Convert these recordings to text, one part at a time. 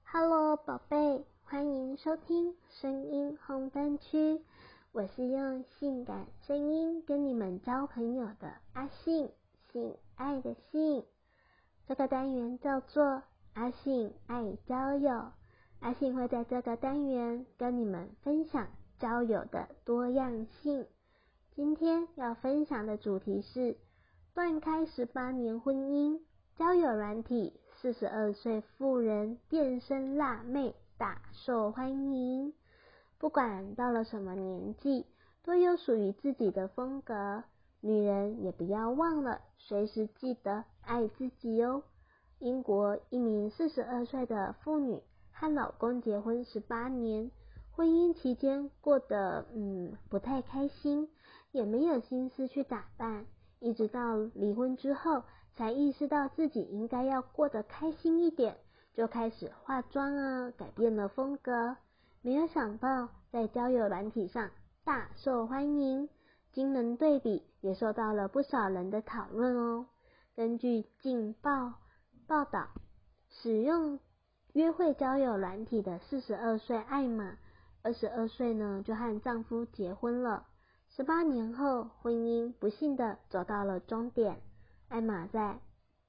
Hello， 宝贝，欢迎收听声音红灯区，我是用性感声音跟你们交朋友的阿信，性爱的性。这个单元叫做阿信爱交友，阿信会在这个单元跟你们分享交友的多样性。今天要分享的主题是断开18年婚姻，交友软体42岁妇人变身辣妹大受欢迎。不管到了什么年纪，都有属于自己的风格，女人也不要忘了随时记得爱自己哦。英国一名42岁的妇女和老公结婚18年，婚姻期间过得不太开心，也没有心思去打扮，一直到离婚之后才意识到自己应该要过得开心一点，就开始化妆啊，改变了风格。没有想到在交友软体上大受欢迎，惊人对比也受到了不少人的讨论哦。根据劲报报道，使用约会交友软体的42岁艾玛，22岁呢就和丈夫结婚了。18年后，婚姻不幸的走到了终点。艾玛在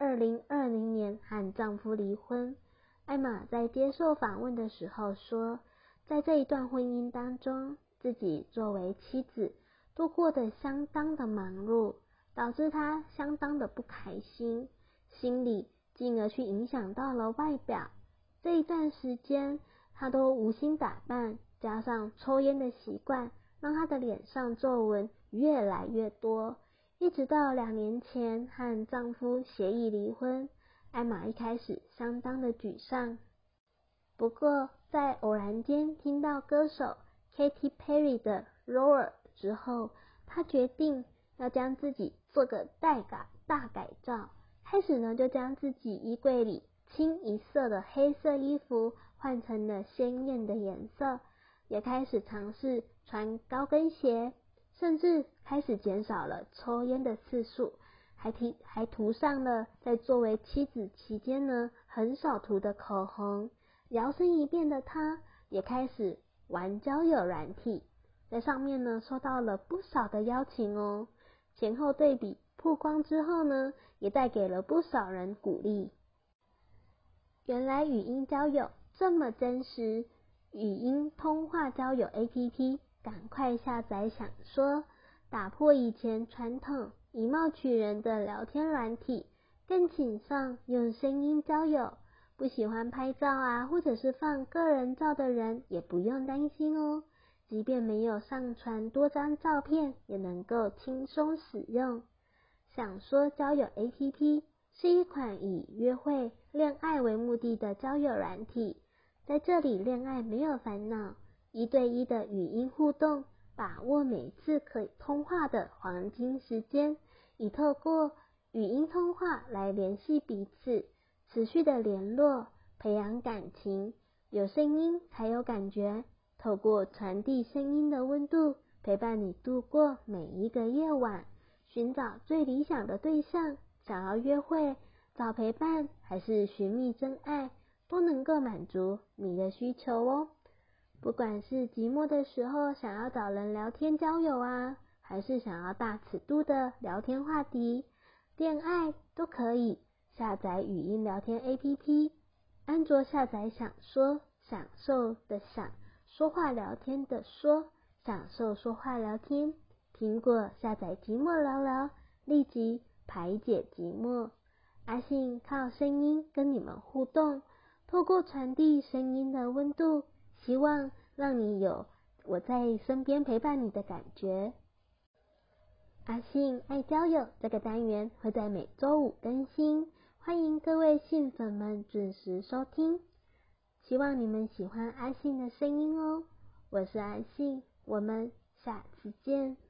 2020年和丈夫离婚。艾玛在接受访问的时候说，在这一段婚姻当中，自己作为妻子都过得相当的忙碌，导致她相当的不开心，心理进而去影响到了外表。这一段时间，她都无心打扮，加上抽烟的习惯，让她的脸上皱纹越来越多。一直到2年前和丈夫协议离婚，艾玛一开始相当的沮丧。不过在偶然间听到歌手 Katy Perry 的 Roar 之后，她决定要将自己做个大改造，开始呢就将自己衣柜里清一色的黑色衣服换成了鲜艳的颜色，也开始尝试穿高跟鞋，甚至开始减少了抽烟的次数，还涂上了在作为妻子期间呢很少涂的口红。摇身一变的她也开始玩交友软体，在上面呢收到了不少的邀请哦。前后对比曝光之后呢，也带给了不少人鼓励。原来语音交友这么真实，语音通话交友 APP 赶快下载享说，打破以前传统以貌取人的聊天软体，更倾向用声音交友。不喜欢拍照啊，或者是放个人照的人也不用担心哦，即便没有上传多张照片，也能够轻松使用。享说交友 APP 是一款以约会、恋爱为目的的交友软体，在这里恋爱没有烦恼，1对1的语音互动，把握每次可以通话的黄金时间，以透过语音通话来联系彼此，持续的联络，培养感情。有声音才有感觉，透过传递声音的温度，陪伴你度过每一个夜晚。寻找最理想的对象，想要约会、找陪伴，还是寻觅真爱，都能够满足你的需求哦。不管是寂寞的时候想要找人聊天交友啊，还是想要大尺度的聊天话题、恋爱都可以。下载语音聊天 APP， 安卓下载享说，享受的享，说话聊天的说，享受说话聊天。苹果下载寂寞聊聊，立即排解寂寞。阿信靠声音跟你们互动，透过传递声音的温度，希望让你有我在身边陪伴你的感觉。阿信爱交友这个单元会在每周5更新，欢迎各位信粉们准时收听，希望你们喜欢阿信的声音哦。我是阿信，我们下次见。